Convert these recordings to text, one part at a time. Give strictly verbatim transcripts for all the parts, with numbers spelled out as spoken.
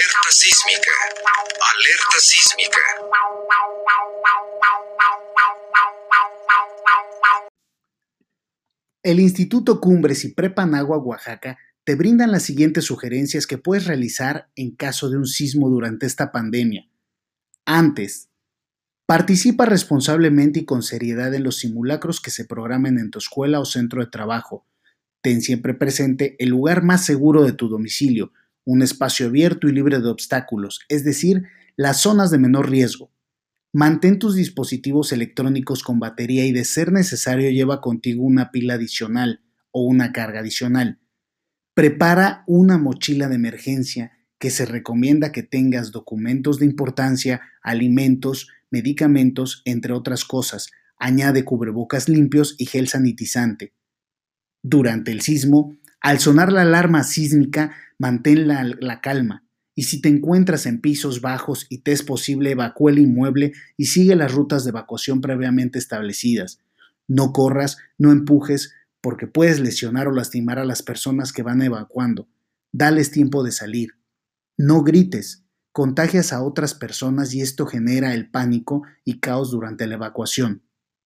Alerta sísmica. Alerta sísmica. El Instituto Cumbres y Prepa Nagua, Oaxaca, te brindan las siguientes sugerencias que puedes realizar en caso de un sismo durante esta pandemia. Antes, participa responsablemente y con seriedad en los simulacros que se programen en tu escuela o centro de trabajo. Ten siempre presente el lugar más seguro de tu domicilio, un espacio abierto y libre de obstáculos, es decir, las zonas de menor riesgo. Mantén tus dispositivos electrónicos con batería y de ser necesario lleva contigo una pila adicional o una carga adicional. Prepara una mochila de emergencia que se recomienda que tengas documentos de importancia, alimentos, medicamentos, entre otras cosas. Añade cubrebocas limpios y gel sanitizante. Durante el sismo, al sonar la alarma sísmica, mantén la, la calma. Y si te encuentras en pisos bajos y te es posible, evacúa el inmueble y sigue las rutas de evacuación previamente establecidas. No corras, no empujes, porque puedes lesionar o lastimar a las personas que van evacuando. Dales tiempo de salir. No grites, contagias a otras personas y esto genera el pánico y caos durante la evacuación.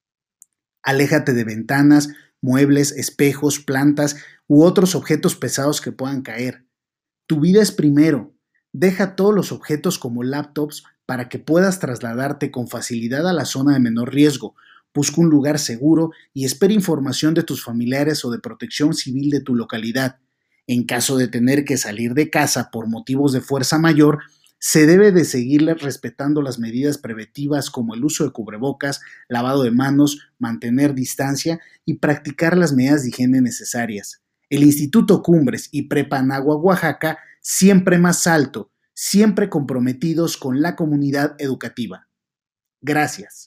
Aléjate de ventanas, muebles, espejos, plantas u otros objetos pesados que puedan caer. Tu vida es primero. Deja todos los objetos como laptops para que puedas trasladarte con facilidad a la zona de menor riesgo. Busca un lugar seguro y espera información de tus familiares o de protección civil de tu localidad. En caso de tener que salir de casa por motivos de fuerza mayor, se debe de seguir respetando las medidas preventivas como el uso de cubrebocas, lavado de manos, mantener distancia y practicar las medidas de higiene necesarias. El Instituto Cumbres y Prepa Nagua, Oaxaca, siempre más alto, siempre comprometidos con la comunidad educativa. Gracias.